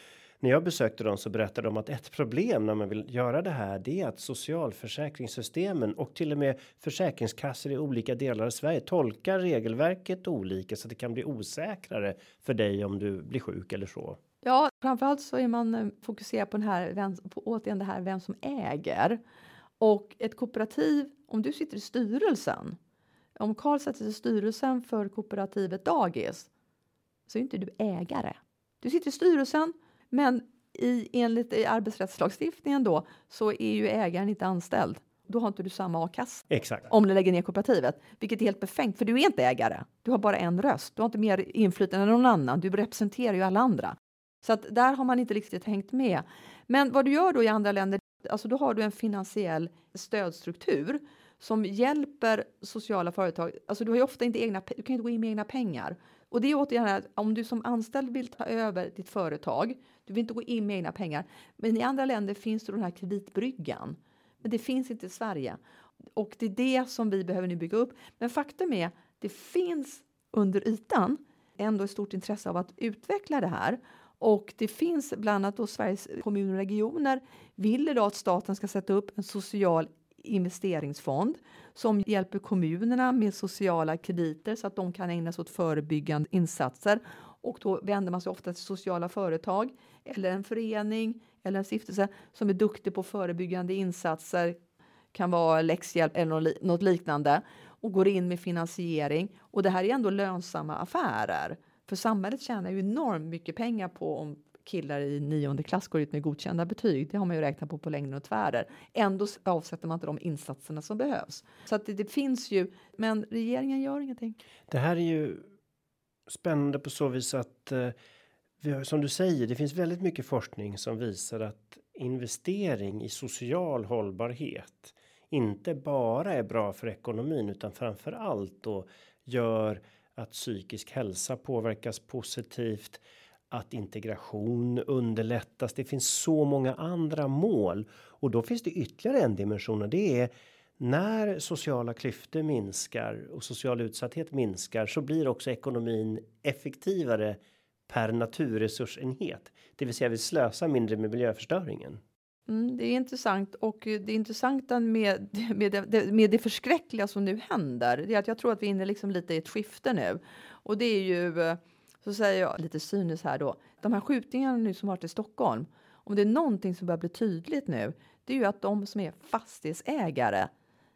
När jag besökte dem så berättade de att ett problem när man vill göra det här, det är att socialförsäkringssystemen och till och med försäkringskassor i olika delar av Sverige tolkar regelverket olika, så att det kan bli osäkrare för dig om du blir sjuk eller så. Ja, framförallt så är man fokuserad på den här, vem, på återigen det här vem som äger. Och ett kooperativ, om du sitter i styrelsen, om Carl sätter sig i styrelsen för kooperativet Dagis, så är inte du ägare. Du sitter i styrelsen, men i, enligt i arbetsrättslagstiftningen då, så är ju ägaren inte anställd. Då har inte du samma a-kassa. Exakt. Om du lägger ner kooperativet. Vilket är helt befängt, för du är inte ägare. Du har bara en röst. Du har inte mer inflytande än någon annan. Du representerar ju alla andra. Så att där har man inte riktigt hängt med. Men vad du gör då i andra länder, alltså då har du en finansiell stödstruktur som hjälper sociala företag. Alltså du har ju ofta inte egna, du kan inte gå in med egna pengar. Och det är återigen att om du som anställd vill ta över ditt företag, du vill inte gå in med egna pengar. Men i andra länder finns det den här kreditbryggan. Men det finns inte i Sverige. Och det är det som vi behöver nu bygga upp. Men faktum är, det finns under ytan ändå ett stort intresse av att utveckla det här. Och det finns bland annat då Sveriges kommuner och regioner vill idag att staten ska sätta upp en social investeringsfond som hjälper kommunerna med sociala krediter så att de kan ägna sig åt förebyggande insatser. Och då vänder man sig ofta till sociala företag eller en förening eller en stiftelse som är duktig på förebyggande insatser. Kan vara läxhjälp eller något liknande. Och går in med finansiering. Och det här är ändå lönsamma affärer. För samhället tjänar ju enormt mycket pengar på om killar i nionde klass går ut med godkända betyg. Det har man ju räknat på på längden och tvärer. Ändå avsätter man inte de insatserna som behövs. Så att det, det finns ju, men regeringen gör ingenting. Det här är ju spännande på så vis att eh, vi har, som du säger, det finns väldigt mycket forskning som visar att investering i social hållbarhet inte bara är bra för ekonomin utan framför allt då gör att psykisk hälsa påverkas positivt, att integration underlättas. Det finns så många andra mål och då finns det ytterligare en dimension och det är när sociala klyftor minskar och social utsatthet minskar så blir också ekonomin effektivare per naturresursenhet. Det vill säga vi slösar mindre med miljöförstöringen. Mm, det är intressant och det intressanta med, med, det, med det förskräckliga som nu händer det är att jag tror att vi är inne liksom lite i ett skifte nu. Och det är ju, så säger jag lite cyniskt här då, de här skjutningarna nu som varit i Stockholm, om det är någonting som börjar bli tydligt nu, det är ju att de som är fastighetsägare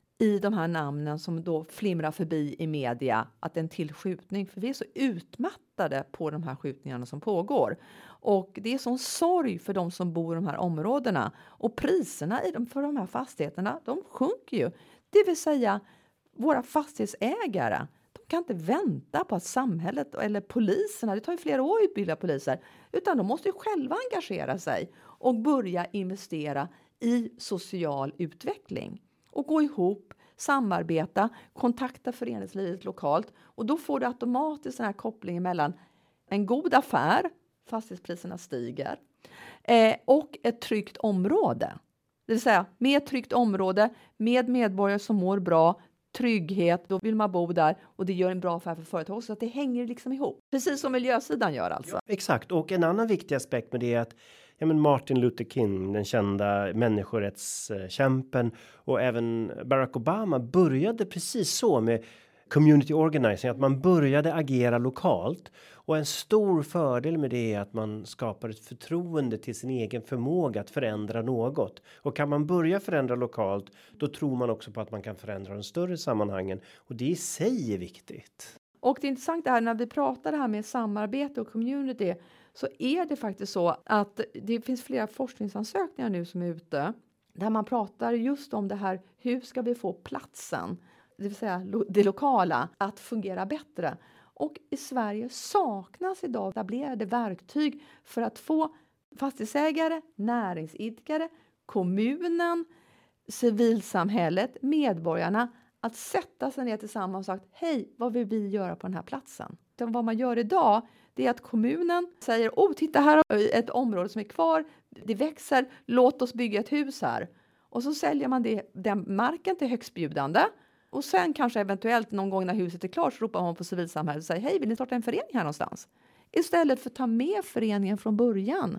i de här namnen som då flimrar förbi i media, att en tillskjutning, för vi är så utmattade på de här skjutningarna som pågår. Och det är sån sorg för de som bor i de här områdena. Och priserna i de, för de här fastigheterna, de sjunker ju. Det vill säga, våra fastighetsägare, de kan inte vänta på att samhället eller poliserna, det tar ju flera år att utbilda poliser, utan de måste ju själva engagera sig och börja investera i social utveckling. Och gå ihop, samarbeta, kontakta föreningslivet lokalt. Och då får du automatiskt den här kopplingen mellan en god affär, fastighetspriserna stiger, eh, och ett tryggt område. Det vill säga, med ett tryggt område, med medborgare som mår bra, trygghet, då vill man bo där och det gör en bra affär för företag. Så att det hänger liksom ihop. Precis som miljösidan gör alltså. Ja, exakt, och en annan viktig aspekt med det är att ja, men Martin Luther King, den kända människorättskämpen och även Barack Obama började precis så med community organizing, att man började agera lokalt. Och en stor fördel med det är att man skapar ett förtroende till sin egen förmåga att förändra något. Och kan man börja förändra lokalt, då tror man också på att man kan förändra de större sammanhangen. Och det i sig är viktigt. Och det är intressant det här när vi pratar det här med samarbete och community, så är det faktiskt så att det finns flera forskningsansökningar nu som är ute där man pratar just om det här, hur ska vi få platsen, det vill säga det lokala, att fungera bättre. Och i Sverige saknas idag etablerade verktyg för att få fastighetsägare, näringsidkare, kommunen, civilsamhället, medborgarna att sätta sig ner tillsammans och sagt, hej, vad vill vi göra på den här platsen? Utan vad man gör idag, det är att kommunen säger, oh, titta här har ett område som är kvar, det växer, låt oss bygga ett hus här. Och så säljer man det, den marken till högstbjudande. Och sen kanske eventuellt någon gång när huset är klart så ropar man på civilsamhället och säger, hej, vill ni starta en förening här någonstans? Istället för att ta med föreningen från början.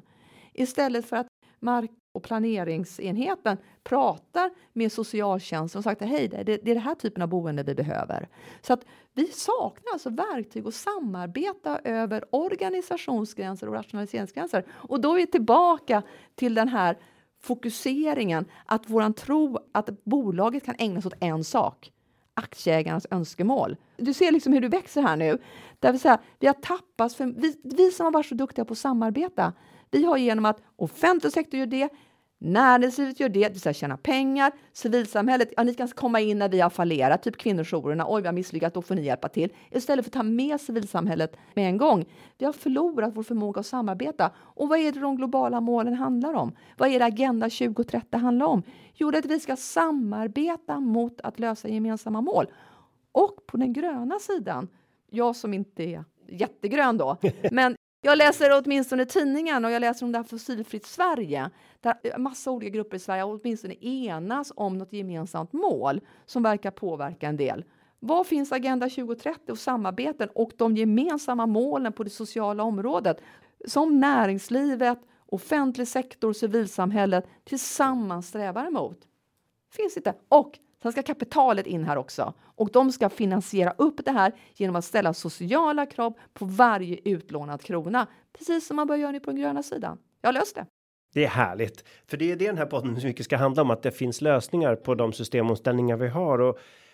Istället för att mark- och planeringsenheten pratar med socialtjänsten och sagt hej, det, det är den här typen av boende vi behöver. Så att vi saknar alltså verktyg att samarbeta över organisationsgränser och rationaliseringsgränser. Och då är vi tillbaka till den här fokuseringen att våran tro att bolaget kan ägna sig åt en sak. Aktieägarnas önskemål. Du ser liksom hur du växer här nu. Där vi, så här, vi har tappat, för vi, vi som har varit så duktiga på att samarbeta, vi har genom att offentlig sektor gör det, näringslivet gör det, det vill säga tjäna pengar, civilsamhället, ja ni kan komma in när vi har fallerat, typ kvinnojourerna, oj vi har misslyckats, då får ni hjälpa till. Istället för att ta med civilsamhället med en gång. Vi har förlorat vår förmåga att samarbeta. Och vad är det de globala målen handlar om? Vad är det Agenda tjugo trettio handlar om? Jo, det är att vi ska samarbeta mot att lösa gemensamma mål. Och på den gröna sidan, jag som inte är jättegrön då, men jag läser åtminstone tidningen och jag läser om det här fossilfritt Sverige. Där massa olika grupper i Sverige åtminstone enas om något gemensamt mål som verkar påverka en del. Var finns Agenda tjugo trettio och samarbeten och de gemensamma målen på det sociala området som näringslivet, offentlig sektor, civilsamhället tillsammans strävar emot? Finns inte. Och sen ska kapitalet in här också. Och de ska finansiera upp det här genom att ställa sociala krav på varje utlånad krona. Precis som man bör göra nu på den gröna sidan. Jag har löst det. Det är härligt. För det är det den här podden så mycket ska handla om. Att det finns lösningar på de systemomställningar vi har. Och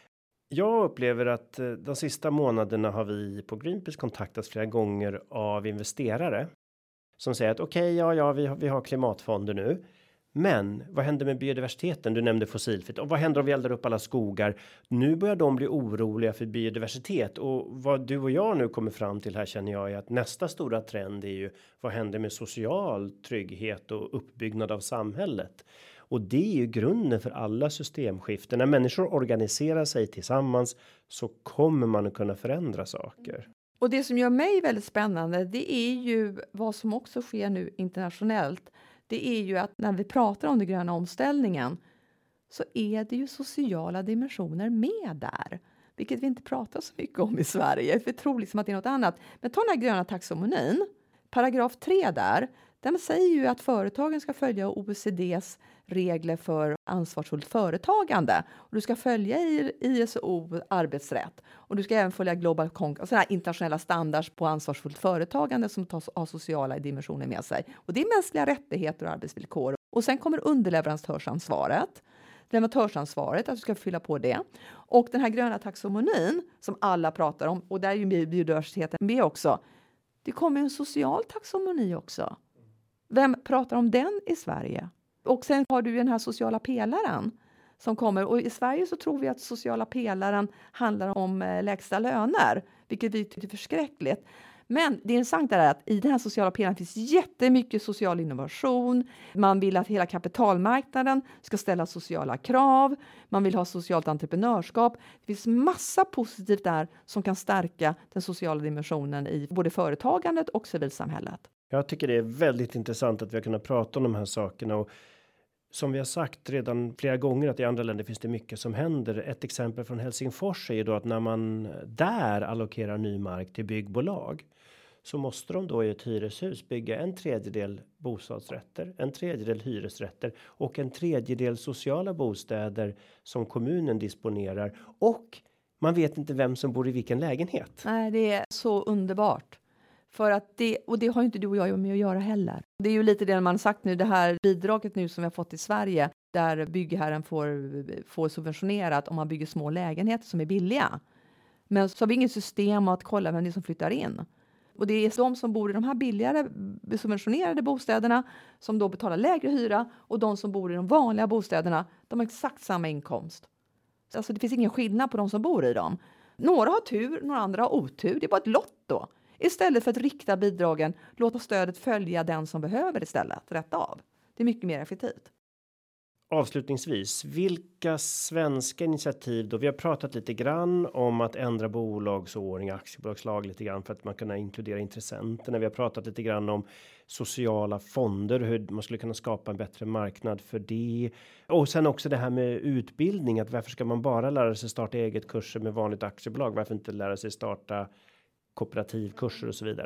jag upplever att de sista månaderna har vi på Greenpeace kontaktats flera gånger av investerare. Som säger att okej, okay, ja, ja, vi har, vi har klimatfonder nu. Men vad händer med biodiversiteten? Du nämnde fossilfritt. Och vad händer om vi eldar upp alla skogar? Nu börjar de bli oroliga för biodiversitet. Och vad du och jag nu kommer fram till här känner jag är att nästa stora trend är ju vad händer med social trygghet och uppbyggnad av samhället? Och det är ju grunden för alla systemskiften. När människor organiserar sig tillsammans så kommer man att kunna förändra saker. Och det som gör mig väldigt spännande, det är ju vad som också sker nu internationellt. Det är ju att när vi pratar om den gröna omställningen så är det ju sociala dimensioner med där. Vilket vi inte pratar så mycket om i Sverige. För vi tror liksom att det är något annat. Men ta den här gröna taxonomin. Paragraf tre där. Den säger ju att företagen ska följa O E C D:s regler för ansvarsfullt företagande. Och du ska följa I S O arbetsrätt. Och du ska även följa Global Conc, och sådana här internationella standards på ansvarsfullt företagande som tar, har sociala dimensioner med sig. Och det är mänskliga rättigheter och arbetsvillkor. Och sen kommer underleverantörsansvaret. Leverantörsansvaret, att du ska fylla på det. Och den här gröna taxonomin som alla pratar om, och där är ju biodiversiteten med också. Det kommer en social taxonomi också. Vem pratar om den i Sverige? Och sen har du den här sociala pelaren som kommer. Och i Sverige så tror vi att sociala pelaren handlar om eh, lägsta löner. Vilket vi tycker är förskräckligt. Men det intressanta är att i den här sociala pelaren finns jättemycket social innovation. Man vill att hela kapitalmarknaden ska ställa sociala krav. Man vill ha socialt entreprenörskap. Det finns massa positivt där som kan stärka den sociala dimensionen i både företagandet och civilsamhället. Jag tycker det är väldigt intressant att vi har kunnat prata om de här sakerna. Och som vi har sagt redan flera gånger att i andra länder finns det mycket som händer. Ett exempel från Helsingfors är ju då att när man där allokerar ny mark till byggbolag så måste de då i ett hyreshus bygga en tredjedel bostadsrätter, en tredjedel hyresrätter och en tredjedel sociala bostäder som kommunen disponerar. Och man vet inte vem som bor i vilken lägenhet. Nej, det är så underbart. För att det, och det har ju inte du och jag med att göra heller. Det är ju lite det man har sagt nu, det här bidraget nu som vi har fått i Sverige. Där byggherren får, får subventionerat om man bygger små lägenheter som är billiga. Men så har vi inget system att kolla vem det är som flyttar in. Och det är de som bor i de här billigare subventionerade bostäderna som då betalar lägre hyra. Och de som bor i de vanliga bostäderna, de har exakt samma inkomst. Alltså det finns ingen skillnad på de som bor i dem. Några har tur, några andra har otur. Det är bara ett lott då. Istället för att rikta bidragen, låta stödet följa den som behöver istället, rätt av. Det är mycket mer effektivt. Avslutningsvis, vilka svenska initiativ då? Vi har pratat lite grann om att ändra bolagsordning, aktiebolagslag lite grann för att man kunna inkludera intressenterna. Vi har pratat lite grann om sociala fonder, hur man skulle kunna skapa en bättre marknad för det. Och sen också det här med utbildning, att varför ska man bara lära sig starta eget kurser med vanligt aktiebolag? Varför inte lära sig starta kooperativkurser och så vidare.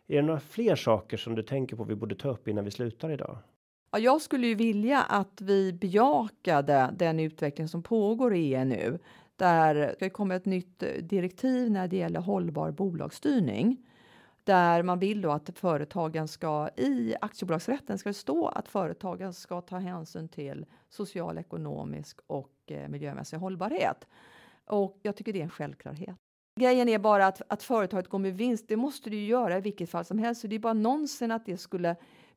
Är det några fler saker som du tänker på vi borde ta upp innan vi slutar idag? Ja, jag skulle ju vilja att vi bejakade den utveckling som pågår i E U nu. Där det kommer ett nytt direktiv när det gäller hållbar bolagsstyrning. Där man vill då att företagen ska, i aktiebolagsrätten ska det stå att företagen ska ta hänsyn till social, ekonomisk och eh, miljömässig hållbarhet. Och jag tycker det är en självklarhet. Grejen är bara att, att företaget går med vinst, det måste det ju göra i vilket fall som helst. Så det är bara nonsens att det skulle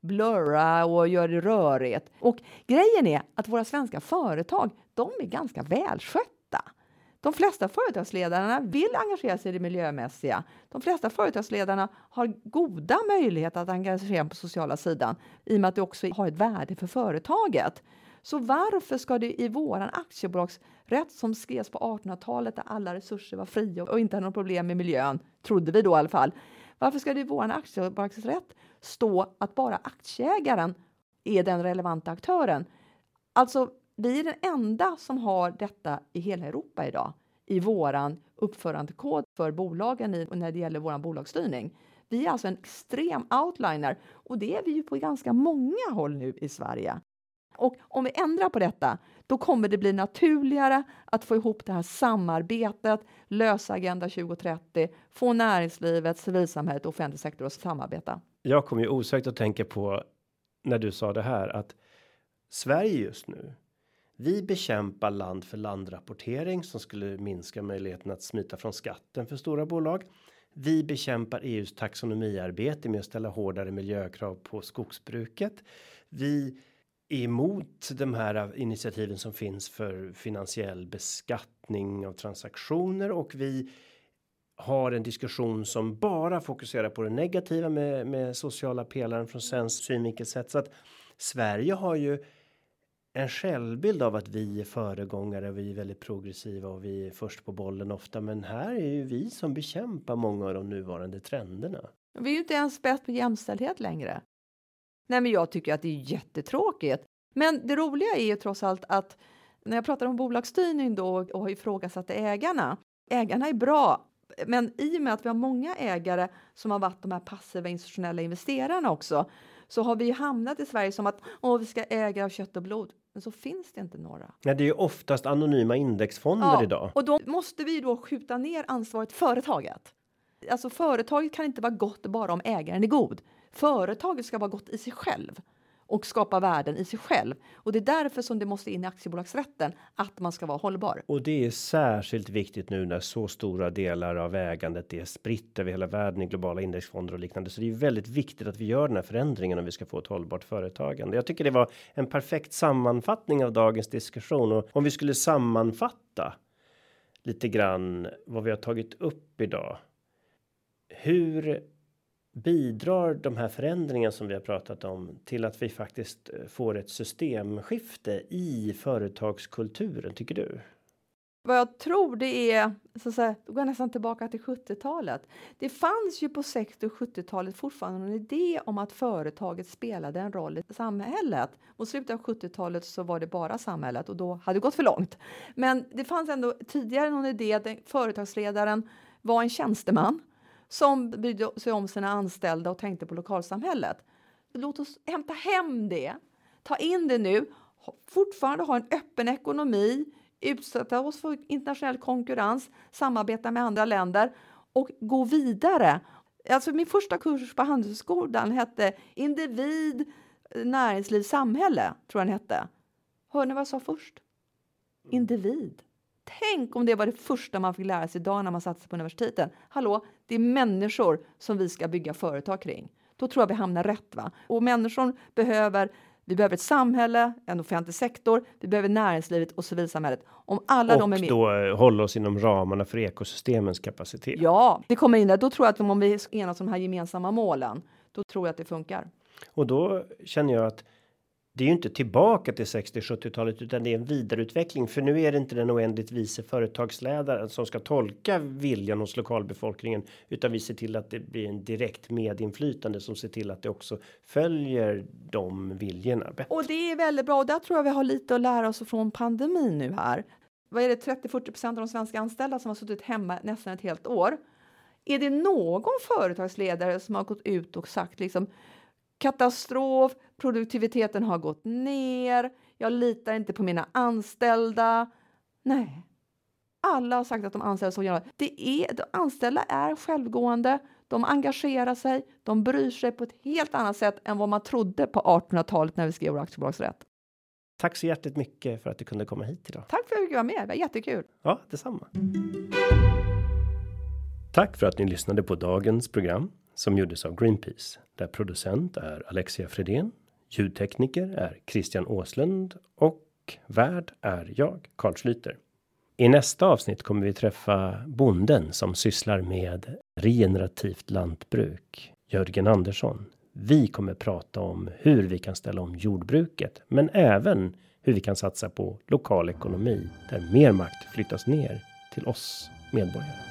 blurra och göra det rörigt. Och grejen är att våra svenska företag, de är ganska välskötta. De flesta företagsledarna vill engagera sig i det miljömässiga. De flesta företagsledarna har goda möjligheter att engagera sig på sociala sidan i och med att det också har ett värde för företaget. Så varför ska det i våran aktiebolagsrätt som skrevs på artonhundratalet där alla resurser var fria och inte hade något problem med miljön, trodde vi då i alla fall. Varför ska det i våran aktiebolagsrätt stå att bara aktieägaren är den relevanta aktören? Alltså, vi är den enda som har detta i hela Europa idag i våran uppförandekod för bolagen i, när det gäller våran bolagsstyrning. Vi är alltså en extrem outliner och det är vi ju på ganska många håll nu i Sverige. Och om vi ändrar på detta, då kommer det bli naturligare att få ihop det här samarbetet, lösa Agenda tjugo trettio, få näringslivet, civilsamhället och offentlig sektor att samarbeta. Jag kommer ju osökt att tänka på när du sa det här att Sverige just nu, vi bekämpar land för land-rapportering som skulle minska möjligheten att smita från skatten för stora bolag. Vi bekämpar E U:s taxonomiarbete med att ställa hårdare miljökrav på skogsbruket. Vi är emot de här initiativen som finns för finansiell beskattning av transaktioner och vi har en diskussion som bara fokuserar på det negativa med, med sociala pelaren från svensk synvinkel sett. Så att Sverige har ju en självbild av att vi är föregångare, vi är väldigt progressiva och vi är först på bollen ofta. Men här är ju vi som bekämpar många av de nuvarande trenderna. Vi är ju inte ens bäst på jämställdhet längre. Nej, men jag tycker att det är jättetråkigt. Men det roliga är ju trots allt att när jag pratar om bolagsstyrning då och har ifrågasatt ägarna. Ägarna är bra, men i och med att vi har många ägare som har varit de här passiva institutionella investerarna också, så har vi hamnat i Sverige som att åh, vi ska äga av kött och blod. Men så finns det inte några. Ja, det är ju oftast anonyma indexfonder ja, idag. Och då måste vi då skjuta ner ansvaret företaget. Alltså företaget kan inte vara gott bara om ägaren är god. Företaget ska vara gott i sig själv och skapa värden i sig själv. Och det är därför som det måste in i aktiebolagsrätten att man ska vara hållbar. Och det är särskilt viktigt nu när så stora delar av ägandet är spritt över hela världen i globala indexfonder och liknande. Så det är väldigt viktigt att vi gör den här förändringen om vi ska få ett hållbart företagande. Jag tycker det var en perfekt sammanfattning av dagens diskussion. Och om vi skulle sammanfatta lite grann vad vi har tagit upp idag. Hur bidrar de här förändringarna som vi har pratat om till att vi faktiskt får ett systemskifte i företagskulturen, tycker du? Vad jag tror det är, så att säga, då går jag nästan tillbaka till sjuttiotalet. Det fanns ju på sextio- och sjuttiotalet fortfarande en idé om att företaget spelade en roll i samhället. Och slutet av sjuttiotalet så var det bara samhället och då hade det gått för långt. Men det fanns ändå tidigare någon idé att företagsledaren var en tjänsteman som brydde sig om sina anställda och tänkte på lokalsamhället. Låt oss hämta hem det. Ta in det nu. Fortfarande ha en öppen ekonomi. Utsätta oss för internationell konkurrens. Samarbeta med andra länder. Och gå vidare. Alltså min första kurs på Handelshögskolan hette Individ, näringsliv, samhälle. Tror jag den hette. Hör ni vad jag sa först? Individ. Tänk om det var det första man fick lära sig idag när man satsar på universiteten. Hallå, det är människor som vi ska bygga företag kring. Då tror jag vi hamnar rätt, va? Och människor behöver, vi behöver ett samhälle, en offentlig sektor, vi behöver näringslivet och civilsamhället. Om alla och de är med. då håller oss inom ramarna för ekosystemens kapacitet. Ja, det kommer in där. Då tror jag att om vi enas om de här gemensamma målen, då tror jag att det funkar. Och då känner jag att det är ju inte tillbaka till sextio-sjuttiotalet utan det är en vidareutveckling. För nu är det inte den oändligt vice företagsledaren som ska tolka viljan hos lokalbefolkningen. Utan vi ser till att det blir en direkt medinflytande som ser till att det också följer de viljorna bättre. Och det är väldigt bra och där tror jag vi har lite att lära oss från pandemin nu här. Vad är det trettio till fyrtio procent av de svenska anställda som har suttit hemma nästan ett helt år. Är det någon företagsledare som har gått ut och sagt liksom katastrof, produktiviteten har gått ner, jag litar inte på mina anställda? Nej. Alla har sagt att de anställda så gärna. Det är, de anställda är självgående, de engagerar sig, de bryr sig på ett helt annat sätt än vad man trodde på artonhundratalet när vi skrev vår aktiebolagsrätt. Tack så hjärtligt mycket för att du kunde komma hit idag. Tack för att du fick vara med, det var jättekul. Ja, detsamma. Tack för att ni lyssnade på dagens program som gjordes av Greenpeace. Där producent är Alexia Fredén, ljudtekniker är Christian Åslund och värd är jag, Carl Schlyter. I nästa avsnitt kommer vi träffa bonden som sysslar med regenerativt lantbruk, Jörgen Andersson. Vi kommer prata om hur vi kan ställa om jordbruket, men även hur vi kan satsa på lokal ekonomi där mer makt flyttas ner till oss medborgare.